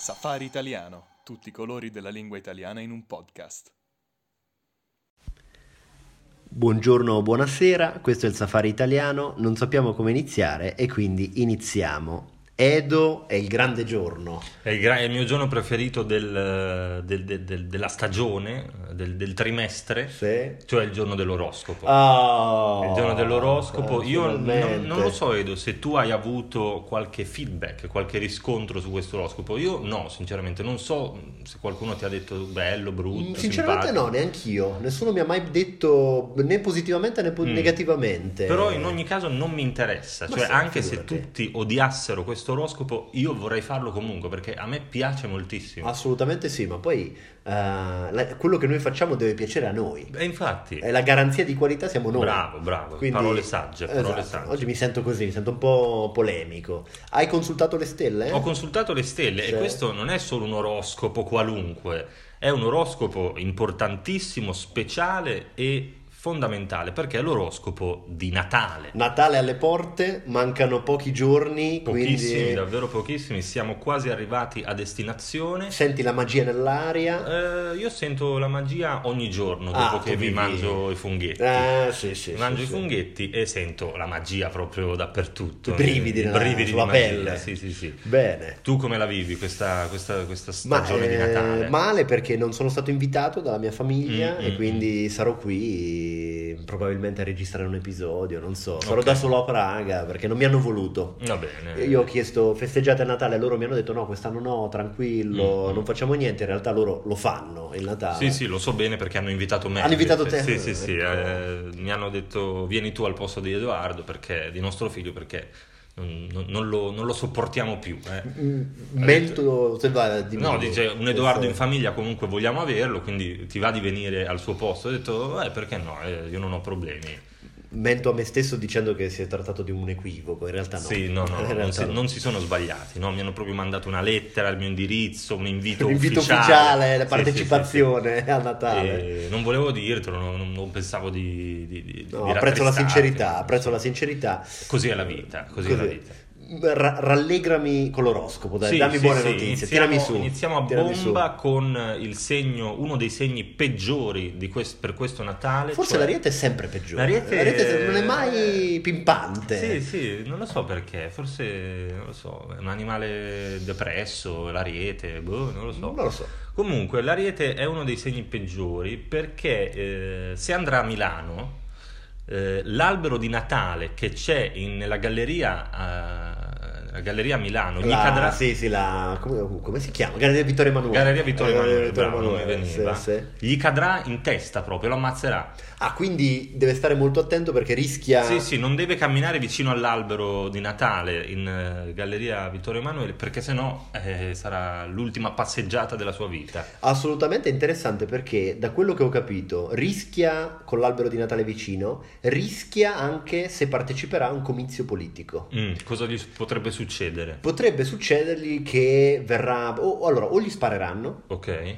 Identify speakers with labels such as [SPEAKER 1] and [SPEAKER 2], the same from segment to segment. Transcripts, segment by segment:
[SPEAKER 1] Safari Italiano, tutti i colori della lingua italiana in un podcast.
[SPEAKER 2] Buongiorno, buonasera, questo è il Safari Italiano, non sappiamo come iniziare e quindi iniziamo. Edo è il grande giorno.
[SPEAKER 3] È il mio giorno preferito della stagione, del trimestre,
[SPEAKER 2] Sì.
[SPEAKER 3] cioè il giorno dell'oroscopo.
[SPEAKER 2] Oh,
[SPEAKER 3] Il giorno dell'oroscopo. Io
[SPEAKER 2] finalmente.
[SPEAKER 3] non lo so, Edo, se tu hai avuto qualche feedback, qualche riscontro su questo oroscopo. Io no, sinceramente, non so se qualcuno ti ha detto bello, brutto,
[SPEAKER 2] Sinceramente
[SPEAKER 3] simpatico.
[SPEAKER 2] no, neanch'io. Nessuno mi ha mai detto né positivamente né negativamente.
[SPEAKER 3] Però in ogni caso non mi interessa,
[SPEAKER 2] Ma
[SPEAKER 3] cioè
[SPEAKER 2] sì,
[SPEAKER 3] anche
[SPEAKER 2] figurati.
[SPEAKER 3] se tutti odiassero questo oroscopo, io vorrei farlo comunque perché a me piace moltissimo.
[SPEAKER 2] Assolutamente sì, ma poi quello che noi facciamo deve piacere a noi.
[SPEAKER 3] E infatti,
[SPEAKER 2] È la garanzia di qualità siamo noi.
[SPEAKER 3] bravo,
[SPEAKER 2] Quindi,
[SPEAKER 3] parole sagge, parole
[SPEAKER 2] esatto.
[SPEAKER 3] sagge.
[SPEAKER 2] Oggi mi sento così, mi sento un po' polemico. Hai consultato le stelle?
[SPEAKER 3] Ho consultato le stelle
[SPEAKER 2] Sì.
[SPEAKER 3] e questo non è solo un oroscopo qualunque, è un oroscopo importantissimo, speciale e fondamentale perché è l'oroscopo di Natale.
[SPEAKER 2] Natale alle porte, mancano pochi giorni,
[SPEAKER 3] Pochissimi,
[SPEAKER 2] quindi
[SPEAKER 3] davvero pochissimi, siamo quasi arrivati a destinazione.
[SPEAKER 2] senti la magia nell'aria.
[SPEAKER 3] Io sento la magia ogni giorno dopo che
[SPEAKER 2] tu
[SPEAKER 3] mi
[SPEAKER 2] vivi-
[SPEAKER 3] mangio i funghetti.
[SPEAKER 2] Sì,
[SPEAKER 3] Mangio
[SPEAKER 2] sì,
[SPEAKER 3] i
[SPEAKER 2] sì.
[SPEAKER 3] funghetti e sento la magia proprio dappertutto.
[SPEAKER 2] I brividi
[SPEAKER 3] I brividi
[SPEAKER 2] sulla
[SPEAKER 3] di magia.
[SPEAKER 2] pelle.
[SPEAKER 3] Sì.
[SPEAKER 2] Bene.
[SPEAKER 3] Tu come la vivi questa
[SPEAKER 2] Ma
[SPEAKER 3] stagione di Natale?
[SPEAKER 2] male perché non sono stato invitato dalla mia famiglia e
[SPEAKER 3] Mm.
[SPEAKER 2] quindi sarò qui probabilmente a registrare un episodio, non so. Sarò
[SPEAKER 3] Ok.
[SPEAKER 2] da solo a Praga perché non mi hanno voluto.
[SPEAKER 3] Va bene.
[SPEAKER 2] Io ho chiesto festeggiate a Natale, loro mi hanno detto no, quest'anno no, tranquillo,
[SPEAKER 3] Mm.
[SPEAKER 2] non facciamo niente, in realtà loro lo fanno il Natale.
[SPEAKER 3] Sì, lo so bene perché hanno invitato me.
[SPEAKER 2] Hanno invitato
[SPEAKER 3] invece.
[SPEAKER 2] te?
[SPEAKER 3] Sì.
[SPEAKER 2] Ecco.
[SPEAKER 3] Mi hanno detto vieni tu al posto di Edoardo, di nostro figlio, perché non lo sopportiamo più.
[SPEAKER 2] Mento, se va, dimmi.
[SPEAKER 3] No, dice un Edoardo
[SPEAKER 2] Sì.
[SPEAKER 3] in famiglia comunque vogliamo averlo, quindi ti va di venire al suo posto. Ho detto, perché no, io non ho problemi.
[SPEAKER 2] Mento a me stesso dicendo che si è trattato di un equivoco, in realtà no.
[SPEAKER 3] Sì, no,
[SPEAKER 2] In realtà no.
[SPEAKER 3] non si sono sbagliati, no? Mi hanno proprio mandato una lettera al mio indirizzo, un invito
[SPEAKER 2] Un invito
[SPEAKER 3] ufficiale,
[SPEAKER 2] ufficiale, la
[SPEAKER 3] Sì,
[SPEAKER 2] partecipazione
[SPEAKER 3] sì.
[SPEAKER 2] a Natale.
[SPEAKER 3] E non volevo dirtelo, non pensavo di
[SPEAKER 2] No, apprezzo la
[SPEAKER 3] rattristarti.
[SPEAKER 2] sincerità, apprezzo la sincerità.
[SPEAKER 3] Così è la vita, così è la vita.
[SPEAKER 2] Rallegrami con l'oroscopo, dai,
[SPEAKER 3] Sì,
[SPEAKER 2] dammi
[SPEAKER 3] sì,
[SPEAKER 2] buone
[SPEAKER 3] sì.
[SPEAKER 2] notizie, tirami su.
[SPEAKER 3] Iniziamo a
[SPEAKER 2] tirami su.
[SPEAKER 3] bomba con il segno, uno dei segni peggiori per questo Natale.
[SPEAKER 2] Forse
[SPEAKER 3] cioè-
[SPEAKER 2] l'Ariete è sempre peggiore.
[SPEAKER 3] L'Ariete
[SPEAKER 2] non è mai pimpante.
[SPEAKER 3] Sì, non lo so perché, forse, non lo so, è un animale depresso, l'Ariete, non lo so.
[SPEAKER 2] Non lo so.
[SPEAKER 3] Comunque, l'Ariete è uno dei segni peggiori perché se andrà a Milano, l'albero di Natale che c'è nella galleria a Milano gli cadrà.
[SPEAKER 2] Come si chiama? Galleria Vittorio Emanuele.
[SPEAKER 3] Galleria Vittorio Emanuele,
[SPEAKER 2] Vittorio
[SPEAKER 3] bravo, non mi
[SPEAKER 2] Emanuele,
[SPEAKER 3] veniva.
[SPEAKER 2] sì.
[SPEAKER 3] Gli cadrà in testa proprio, lo ammazzerà.
[SPEAKER 2] Ah, quindi deve stare molto attento perché rischia.
[SPEAKER 3] Sì, non deve camminare vicino all'albero di Natale in Galleria Vittorio Emanuele perché sennò sarà l'ultima passeggiata della sua vita.
[SPEAKER 2] Assolutamente interessante perché da quello che ho capito rischia con l'albero di Natale vicino, rischia anche se parteciperà a un comizio politico.
[SPEAKER 3] Cosa gli potrebbe succedere?
[SPEAKER 2] Potrebbe succedergli che verrà o gli spareranno
[SPEAKER 3] Ok.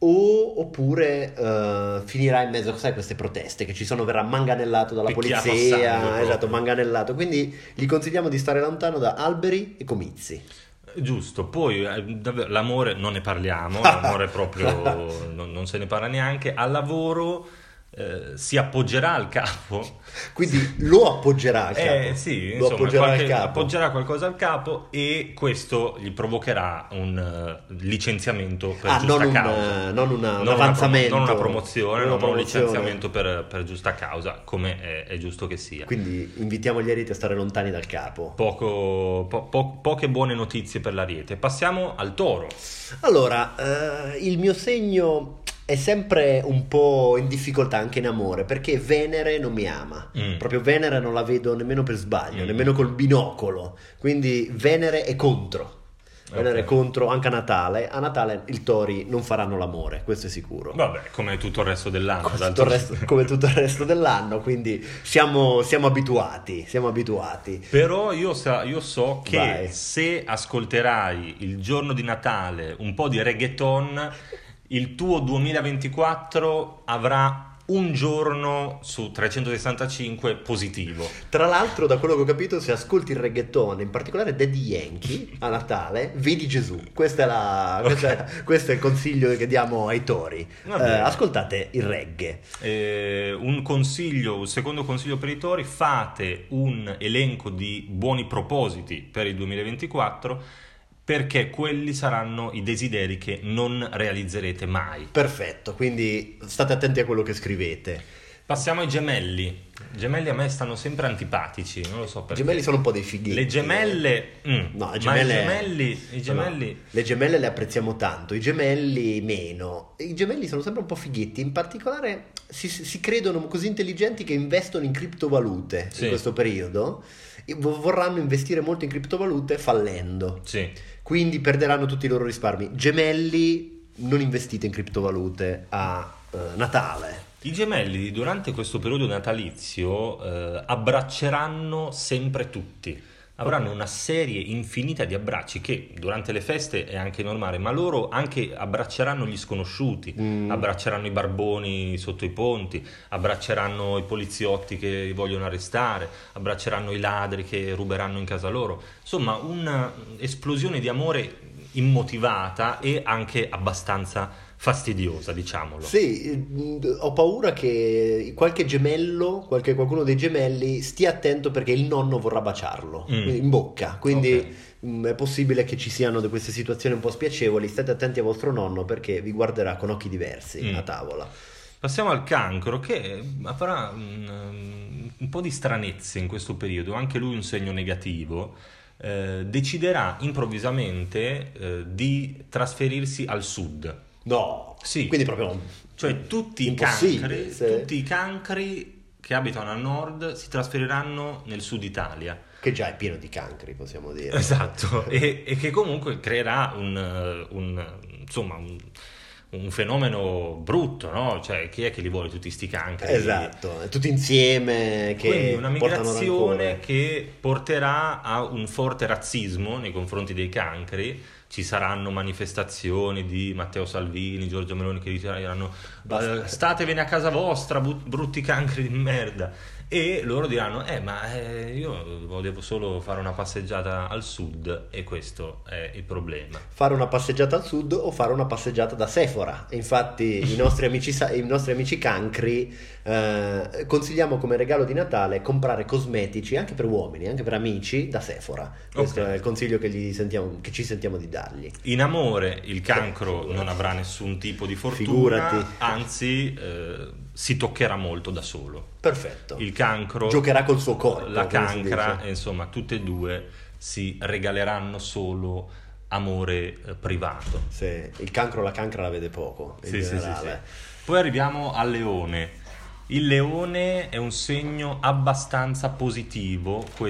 [SPEAKER 2] oppure finirà in mezzo, sai, a queste proteste che ci sono, verrà manganellato dalla
[SPEAKER 3] Picchiato a
[SPEAKER 2] polizia,
[SPEAKER 3] sangue proprio.
[SPEAKER 2] esatto, manganellato, quindi gli consigliamo di stare lontano da alberi e comizi.
[SPEAKER 3] Giusto, poi davvero, l'amore non ne parliamo, l'amore proprio non se ne parla neanche. Al lavoro si appoggerà al capo.
[SPEAKER 2] Quindi lo appoggerà al capo.
[SPEAKER 3] Sì,
[SPEAKER 2] Lo
[SPEAKER 3] insomma,
[SPEAKER 2] appoggerà al capo.
[SPEAKER 3] appoggerà qualcosa al capo e questo gli provocherà un licenziamento per giusta causa.
[SPEAKER 2] non un avanzamento,
[SPEAKER 3] non una promozione,
[SPEAKER 2] non una
[SPEAKER 3] ma un
[SPEAKER 2] promozione.
[SPEAKER 3] licenziamento per giusta causa, come è giusto che sia.
[SPEAKER 2] Quindi invitiamo gli arieti a stare lontani dal capo.
[SPEAKER 3] Poche buone notizie per l'Ariete. Passiamo al Toro.
[SPEAKER 2] Allora, il mio segno è sempre un po' in difficoltà anche in amore perché Venere non mi ama. Proprio Venere non la vedo nemmeno per sbaglio, nemmeno col binocolo. Quindi Venere è contro. Venere è contro anche a Natale. A Natale i tori non faranno l'amore, questo è sicuro.
[SPEAKER 3] Vabbè, come tutto il resto dell'anno.
[SPEAKER 2] Come tutto il resto dell'anno, quindi siamo abituati.
[SPEAKER 3] Però io so che
[SPEAKER 2] Vai.
[SPEAKER 3] se ascolterai il giorno di Natale un po' di reggaeton, il tuo 2024 avrà un giorno su 365 positivo.
[SPEAKER 2] Tra l'altro, da quello che ho capito, se ascolti il reggaeton, in particolare Daddy Yankee, a Natale, vedi Gesù. Questo è il consiglio che diamo ai tori. Ascoltate il reggae.
[SPEAKER 3] Un secondo consiglio per i tori: fate un elenco di buoni propositi per il 2024, perché quelli saranno i desideri che non realizzerete mai.
[SPEAKER 2] Perfetto, quindi state attenti a quello che scrivete.
[SPEAKER 3] Passiamo ai gemelli. I gemelli a me stanno sempre antipatici, non lo so perché.
[SPEAKER 2] I gemelli sono un po' dei fighetti.
[SPEAKER 3] Le gemelle...
[SPEAKER 2] No,
[SPEAKER 3] i gemelli...
[SPEAKER 2] No, le gemelle le apprezziamo tanto, i gemelli meno. I gemelli sono sempre un po' fighetti, in particolare si credono così intelligenti che investono in criptovalute in questo periodo. Vorranno investire molto in criptovalute fallendo.
[SPEAKER 3] Sì.
[SPEAKER 2] Quindi perderanno tutti i loro risparmi. Gemelli, non investite in criptovalute a Natale.
[SPEAKER 3] I gemelli durante questo periodo natalizio abbracceranno sempre tutti. Avranno una serie infinita di abbracci che durante le feste è anche normale, ma loro anche abbracceranno gli sconosciuti, abbracceranno i barboni sotto i ponti, abbracceranno i poliziotti che vogliono arrestare, abbracceranno i ladri che ruberanno in casa loro. Insomma, un'esplosione di amore immotivata e anche abbastanza fastidiosa, diciamolo.
[SPEAKER 2] Sì, ho paura che qualcuno dei gemelli stia attento, perché il nonno vorrà baciarlo in bocca, quindi è possibile che ci siano queste situazioni un po' spiacevoli. State attenti a vostro nonno, perché vi guarderà con occhi diversi a tavola.
[SPEAKER 3] Passiamo al cancro, che farà un po' di stranezze in questo periodo, anche lui un segno negativo. Deciderà improvvisamente di trasferirsi al sud.
[SPEAKER 2] No,
[SPEAKER 3] sì.
[SPEAKER 2] Quindi proprio
[SPEAKER 3] cioè tutti i cancri che abitano al nord si trasferiranno nel sud Italia,
[SPEAKER 2] che già è pieno di cancri, possiamo dire.
[SPEAKER 3] Esatto. e che comunque creerà un fenomeno brutto, no? Cioè, chi è che li vuole tutti sti cancri?
[SPEAKER 2] Esatto, tutti insieme, che
[SPEAKER 3] quindi una migrazione
[SPEAKER 2] portano
[SPEAKER 3] che porterà a un forte razzismo nei confronti dei cancri. Ci saranno manifestazioni di Matteo Salvini, Giorgio Meloni, che diranno statevene a casa vostra, brutti cancri di merda. E loro diranno io volevo solo fare una passeggiata al sud, e questo è il problema.
[SPEAKER 2] Fare una passeggiata al sud o fare una passeggiata da Sephora. Infatti i nostri amici cancri consigliamo come regalo di Natale comprare cosmetici anche per uomini, anche per amici, da Sephora. Questo è il consiglio che ci sentiamo di dargli.
[SPEAKER 3] In amore il cancro non avrà nessun tipo di fortuna.
[SPEAKER 2] Figurati.
[SPEAKER 3] Anzi si toccherà molto da solo.
[SPEAKER 2] Perfetto.
[SPEAKER 3] Il cancro
[SPEAKER 2] giocherà col suo corpo,
[SPEAKER 3] la cancra, insomma tutte e due si regaleranno solo amore privato.
[SPEAKER 2] Sì, il cancro la cancra la vede poco in generale.
[SPEAKER 3] Sì. Poi arriviamo al leone. Il leone è un segno abbastanza positivo in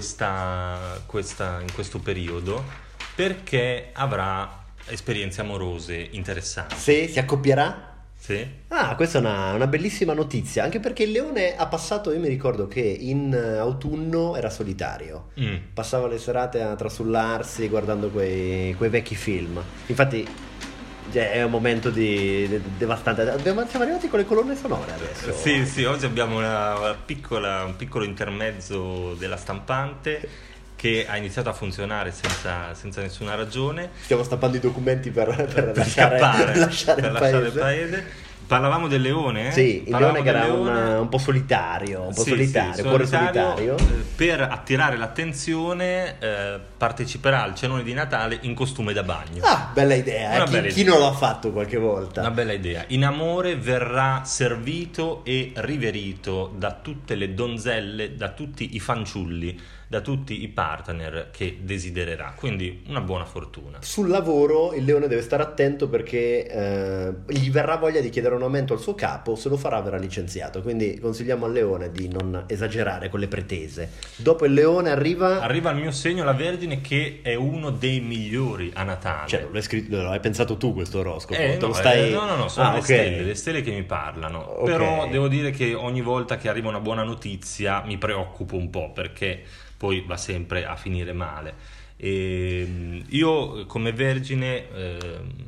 [SPEAKER 3] questo periodo, perché avrà esperienze amorose interessanti.
[SPEAKER 2] Sì, si accoppierà?
[SPEAKER 3] Sì.
[SPEAKER 2] Questa è una bellissima notizia, anche perché il leone ha passato, io mi ricordo che in autunno era solitario, passava le serate a trasullarsi guardando quei vecchi film. Infatti è un momento devastante. Siamo arrivati con le colonne sonore adesso.
[SPEAKER 3] Sì, oggi abbiamo un piccolo intermezzo della stampante che ha iniziato a funzionare senza nessuna ragione.
[SPEAKER 2] Stiamo stampando i documenti per
[SPEAKER 3] lasciare il paese. Parlavamo del leone?
[SPEAKER 2] Sì, il leone che era un po' solitario, cuore solitario.
[SPEAKER 3] Per attirare l'attenzione parteciperà al cenone di Natale in costume da bagno.
[SPEAKER 2] Bella idea, chi non l'ha fatto qualche volta?
[SPEAKER 3] Una bella idea. In amore verrà servito e riverito da tutte le donzelle, da tutti i fanciulli, da tutti i partner che desidererà, quindi una buona fortuna.
[SPEAKER 2] Sul lavoro il leone deve stare attento, perché gli verrà voglia di chiedere un aumento al suo capo, se lo farà verrà licenziato, quindi consigliamo al leone di non esagerare con le pretese. Dopo il leone arriva
[SPEAKER 3] il mio segno, la Vergine, che è uno dei migliori a Natale.
[SPEAKER 2] Cioè, l'hai pensato tu questo oroscopo?
[SPEAKER 3] No, sono le stelle che mi parlano.
[SPEAKER 2] Okay.
[SPEAKER 3] Però devo dire che ogni volta che arriva una buona notizia mi preoccupo un po', perché poi va sempre a finire male. E io come Vergine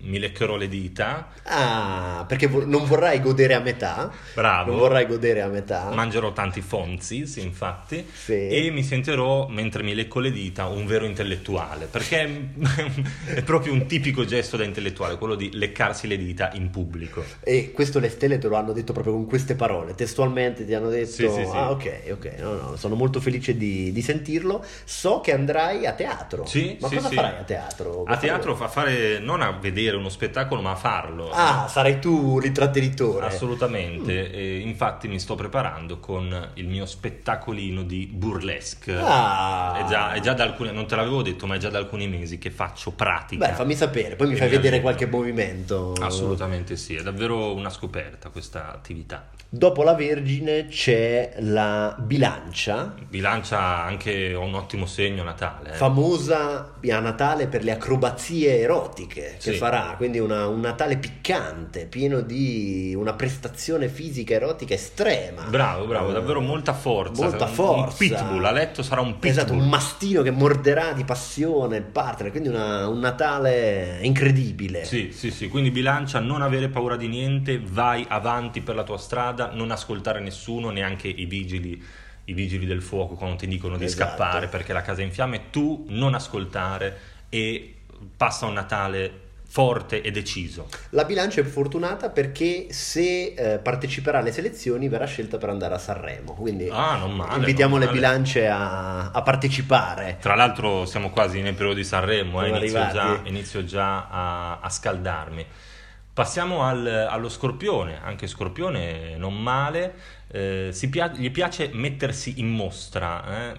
[SPEAKER 3] mi leccherò le dita.
[SPEAKER 2] Ah, perché non vorrai godere a metà.
[SPEAKER 3] Bravo.
[SPEAKER 2] Non vorrai godere a metà.
[SPEAKER 3] Mangerò tanti Fonzies, infatti,
[SPEAKER 2] Sì.
[SPEAKER 3] e mi sentirò, mentre mi lecco le dita, un vero intellettuale, perché è proprio un tipico gesto da intellettuale, quello di leccarsi le dita in pubblico.
[SPEAKER 2] E questo le stelle te lo hanno detto proprio con queste parole, testualmente ti hanno detto.
[SPEAKER 3] Sì.
[SPEAKER 2] Ah, ok, no, sono molto felice di sentirlo. So che andrai a teatro.
[SPEAKER 3] Sì,
[SPEAKER 2] Ma
[SPEAKER 3] sì,
[SPEAKER 2] cosa
[SPEAKER 3] sì.
[SPEAKER 2] farai a teatro?
[SPEAKER 3] A teatro fa fare, non a vedere uno spettacolo, ma a farlo.
[SPEAKER 2] Ah, sarai tu l'intrattenitore.
[SPEAKER 3] Assolutamente, e infatti mi sto preparando con il mio spettacolino di burlesque.
[SPEAKER 2] Ah.
[SPEAKER 3] È già da alcuni, non te l'avevo detto, ma è già da alcuni mesi che faccio pratica.
[SPEAKER 2] Beh, fammi sapere, poi mi
[SPEAKER 3] E
[SPEAKER 2] fai
[SPEAKER 3] mi
[SPEAKER 2] vedere
[SPEAKER 3] alleno.
[SPEAKER 2] qualche movimento.
[SPEAKER 3] Assolutamente sì, è davvero una scoperta questa attività.
[SPEAKER 2] Dopo la Vergine c'è la Bilancia,
[SPEAKER 3] Bilancia anche un ottimo segno Natale.
[SPEAKER 2] famosa a Natale per le acrobazie erotiche che
[SPEAKER 3] Sì.
[SPEAKER 2] farà, quindi un Natale piccante, pieno di una prestazione fisica erotica estrema.
[SPEAKER 3] Bravo, davvero molta forza.
[SPEAKER 2] Molta
[SPEAKER 3] Un
[SPEAKER 2] forza.
[SPEAKER 3] pitbull, a letto sarà un pitbull.
[SPEAKER 2] Esatto, un mastino che morderà di passione il partner, quindi un Natale incredibile.
[SPEAKER 3] Sì, quindi Bilancia, non avere paura di niente, vai avanti per la tua strada, non ascoltare nessuno, neanche i vigili del fuoco quando ti dicono di
[SPEAKER 2] Esatto.
[SPEAKER 3] scappare perché la casa è in fiamme, tu non ascoltare e passa un Natale forte e deciso.
[SPEAKER 2] La Bilancia è fortunata perché se parteciperà alle selezioni verrà scelta per andare a Sanremo, quindi
[SPEAKER 3] Non male,
[SPEAKER 2] invitiamo
[SPEAKER 3] non
[SPEAKER 2] le
[SPEAKER 3] male.
[SPEAKER 2] bilance a partecipare.
[SPEAKER 3] Tra l'altro siamo quasi nel periodo di Sanremo,
[SPEAKER 2] Siamo arrivati.
[SPEAKER 3] inizio già a scaldarmi. Passiamo allo Scorpione, anche Scorpione non male, gli piace mettersi in mostra,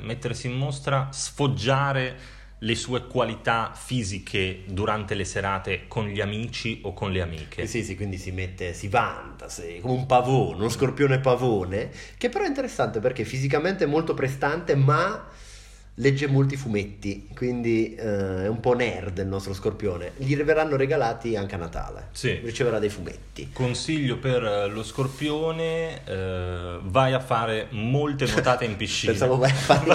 [SPEAKER 3] sfoggiare le sue qualità fisiche durante le serate con gli amici o con le amiche.
[SPEAKER 2] Sì, quindi si vanta, come un pavone, uno scorpione pavone, che però è interessante perché fisicamente è molto prestante, ma legge molti fumetti, quindi è un po' nerd il nostro Scorpione. Gli verranno regalati anche a Natale,
[SPEAKER 3] Sì.
[SPEAKER 2] riceverà dei fumetti.
[SPEAKER 3] Consiglio per lo Scorpione, vai a fare molte nuotate in piscina.
[SPEAKER 2] Pensavo vai a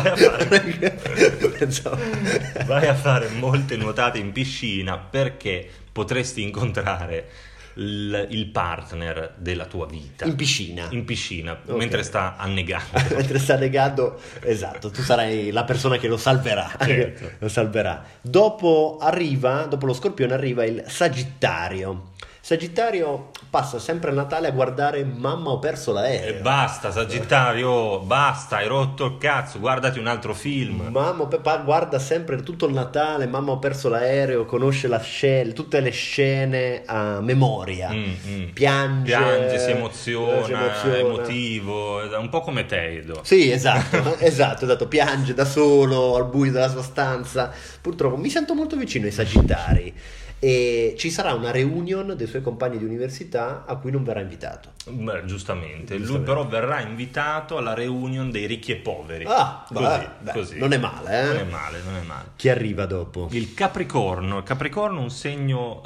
[SPEAKER 2] Pensavo-
[SPEAKER 3] Vai a fare molte nuotate in piscina perché potresti incontrare il partner della tua vita
[SPEAKER 2] in piscina.
[SPEAKER 3] Ok. Mentre sta annegando.
[SPEAKER 2] Mentre sta negando, esatto, tu sarai la persona che lo salverà.
[SPEAKER 3] Certo.
[SPEAKER 2] Lo salverà. Dopo lo Scorpione arriva il Sagittario. Sagittario passa sempre a Natale a guardare Mamma ho perso l'aereo.
[SPEAKER 3] E basta, Sagittario, basta, hai rotto il cazzo, guardati un altro film.
[SPEAKER 2] Guarda sempre tutto il Natale, Mamma ho perso l'aereo, conosce tutte le scene a memoria. Piange,
[SPEAKER 3] si emoziona, è emotivo, è un po' come Teido.
[SPEAKER 2] Sì, esatto, piange da solo al buio della sua stanza. Purtroppo mi sento molto vicino ai Sagittari. E ci sarà una reunion dei suoi compagni di università a cui non verrà invitato.
[SPEAKER 3] Beh, giustamente. Lui però verrà invitato alla reunion dei ricchi e poveri. Così.
[SPEAKER 2] Non è male,
[SPEAKER 3] Non è male.
[SPEAKER 2] Chi arriva dopo?
[SPEAKER 3] Il Capricorno è un segno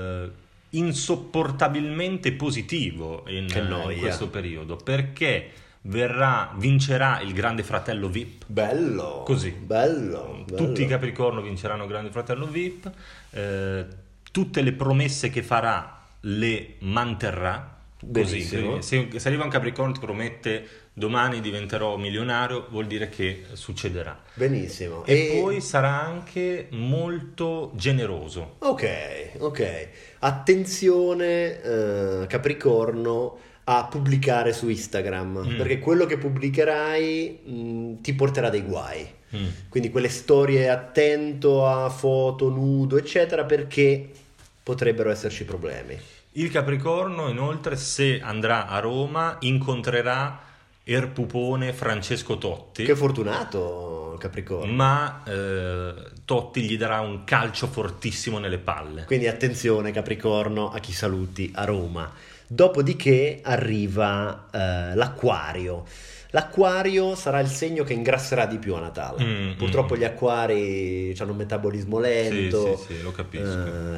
[SPEAKER 3] insopportabilmente positivo in questo periodo, perché vincerà il Grande Fratello VIP.
[SPEAKER 2] Bello.
[SPEAKER 3] Così.
[SPEAKER 2] Bello.
[SPEAKER 3] Tutti i Capricorno vinceranno il Grande Fratello VIP. Tutte le promesse che farà le manterrà. Così. Se arriva un Capricorno ti promette domani diventerò milionario, vuol dire che succederà.
[SPEAKER 2] Benissimo.
[SPEAKER 3] E poi sarà anche molto generoso.
[SPEAKER 2] Ok. Attenzione, Capricorno, a pubblicare su Instagram, perché quello che pubblicherai ti porterà dei guai. Quindi quelle storie, attento a foto, nudo, eccetera, perché potrebbero esserci problemi.
[SPEAKER 3] Il Capricorno, inoltre, se andrà a Roma, incontrerà Erpupone Francesco Totti.
[SPEAKER 2] Che fortunato il Capricorno.
[SPEAKER 3] Ma Totti gli darà un calcio fortissimo nelle palle.
[SPEAKER 2] Quindi attenzione, Capricorno, a chi saluti a Roma. Dopodiché arriva l'Acquario. L'acquario sarà il segno che ingrasserà di più a Natale. Purtroppo gli acquari hanno un metabolismo lento,
[SPEAKER 3] sì, lo capisco.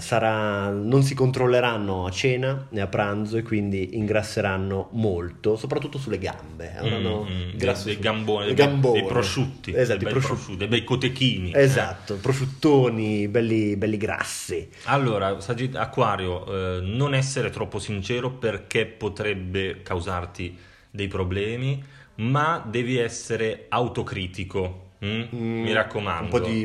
[SPEAKER 2] Non si controlleranno a cena né a pranzo e quindi ingrasseranno molto, soprattutto sulle gambe.
[SPEAKER 3] Dei gamboni, dei prosciutti,
[SPEAKER 2] esatto,
[SPEAKER 3] dei bei cotechini.
[SPEAKER 2] Esatto, prosciuttoni belli grassi.
[SPEAKER 3] Allora, Acquario, non essere troppo sincero perché potrebbe causarti dei problemi, ma devi essere autocritico. Mi raccomando,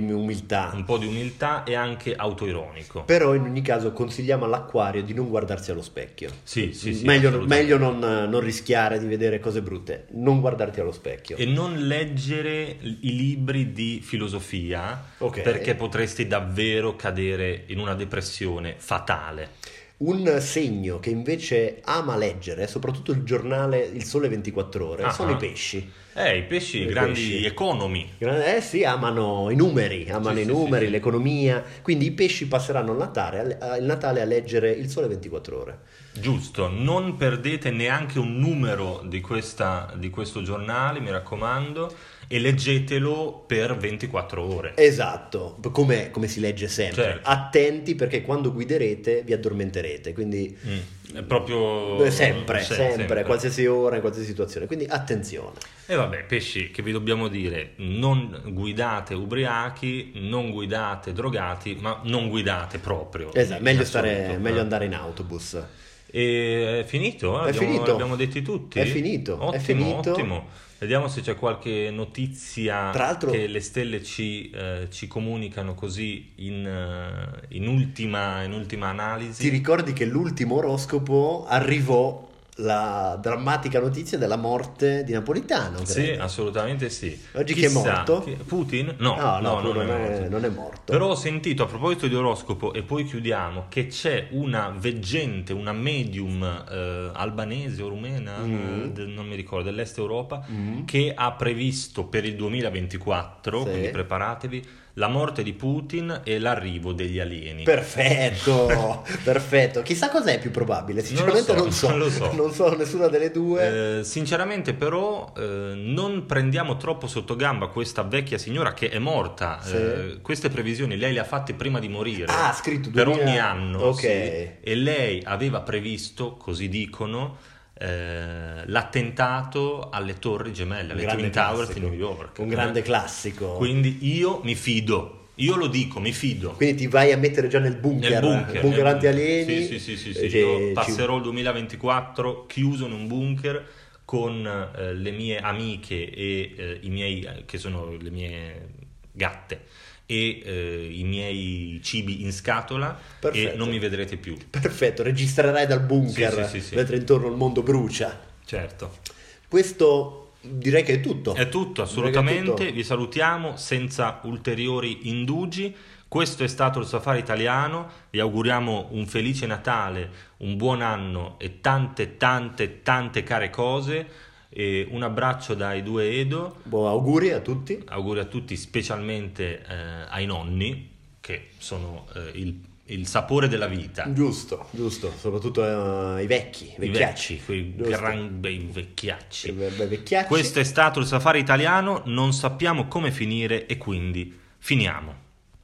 [SPEAKER 2] un po' di
[SPEAKER 3] umiltà e anche autoironico.
[SPEAKER 2] Però in ogni caso consigliamo all'acquario di non guardarsi allo specchio.
[SPEAKER 3] Sì,
[SPEAKER 2] meglio non rischiare di vedere cose brutte, non guardarti allo specchio
[SPEAKER 3] e non leggere i libri di filosofia, perché potresti davvero cadere in una depressione fatale.
[SPEAKER 2] Un segno che invece ama leggere, soprattutto il giornale Il Sole 24 Ore, sono i pesci.
[SPEAKER 3] I pesci, grandi economi.
[SPEAKER 2] Sì, amano i numeri, l'economia. Quindi i pesci passeranno il Natale a leggere Il Sole 24 Ore.
[SPEAKER 3] Giusto, non perdete neanche un numero di questo giornale, mi raccomando, e leggetelo per 24 ore.
[SPEAKER 2] Esatto, come si legge sempre.
[SPEAKER 3] Certo.
[SPEAKER 2] Attenti perché quando guiderete vi addormenterete, quindi
[SPEAKER 3] è proprio
[SPEAKER 2] sempre, qualsiasi ora, in qualsiasi situazione, quindi attenzione.
[SPEAKER 3] E vabbè, pesci, che vi dobbiamo dire? Non guidate ubriachi, non guidate drogati, ma non guidate proprio.
[SPEAKER 2] Esatto, meglio andare in autobus.
[SPEAKER 3] E è finito? Abbiamo detti tutti?
[SPEAKER 2] È finito.
[SPEAKER 3] Ottimo. Vediamo se c'è qualche notizia
[SPEAKER 2] Tra l'altro,
[SPEAKER 3] che le stelle ci comunicano così in ultima analisi.
[SPEAKER 2] Ti ricordi che l'ultimo oroscopo arrivò la drammatica notizia della morte di Napolitano? Credo.
[SPEAKER 3] Sì, assolutamente sì.
[SPEAKER 2] Oggi chi è morto?
[SPEAKER 3] Putin?
[SPEAKER 2] No, non è morto.
[SPEAKER 3] Però ho sentito, a proposito di oroscopo, e poi chiudiamo, che c'è una veggente, una medium albanese o rumena, non mi ricordo, dell'est Europa, che ha previsto per il 2024, quindi preparatevi, la morte di Putin e l'arrivo degli alieni.
[SPEAKER 2] Perfetto. Chissà cos'è più probabile. Sinceramente non lo so. Non so nessuna delle due.
[SPEAKER 3] Sinceramente però non prendiamo troppo sotto gamba questa vecchia signora che è morta.
[SPEAKER 2] Sì.
[SPEAKER 3] Queste previsioni lei le ha fatte prima di morire.
[SPEAKER 2] Ha scritto
[SPEAKER 3] per ogni anno.
[SPEAKER 2] Ok.
[SPEAKER 3] Sì, e lei aveva previsto, così dicono, l'attentato alle Torri Gemelle, alle Twin Towers di New York.
[SPEAKER 2] Un grande classico.
[SPEAKER 3] Quindi io mi fido. Io lo dico, mi fido.
[SPEAKER 2] Quindi ti vai a mettere già nel bunker anti-alieni?
[SPEAKER 3] Sì. Io passerò il 2024 chiuso in un bunker con le mie amiche e i miei, che sono le mie gatte, e i miei cibi in scatola. Perfetto. E non mi vedrete più.
[SPEAKER 2] Perfetto, registrerai dal bunker mentre intorno il mondo brucia.
[SPEAKER 3] Certo.
[SPEAKER 2] Questo direi che è tutto.
[SPEAKER 3] È tutto, assolutamente. Vi salutiamo senza ulteriori indugi. Questo è stato il Safari Italiano. Vi auguriamo un felice Natale, un buon anno e tante care cose. E un abbraccio dai due Edo.
[SPEAKER 2] Buon auguri a tutti.
[SPEAKER 3] Auguri a tutti, specialmente ai nonni, che sono il sapore della vita.
[SPEAKER 2] Giusto, soprattutto ai vecchiacci.
[SPEAKER 3] Quei gran bei vecchiacci.
[SPEAKER 2] Vecchiacci.
[SPEAKER 3] Questo è stato il Safari Italiano, non sappiamo come finire e quindi finiamo.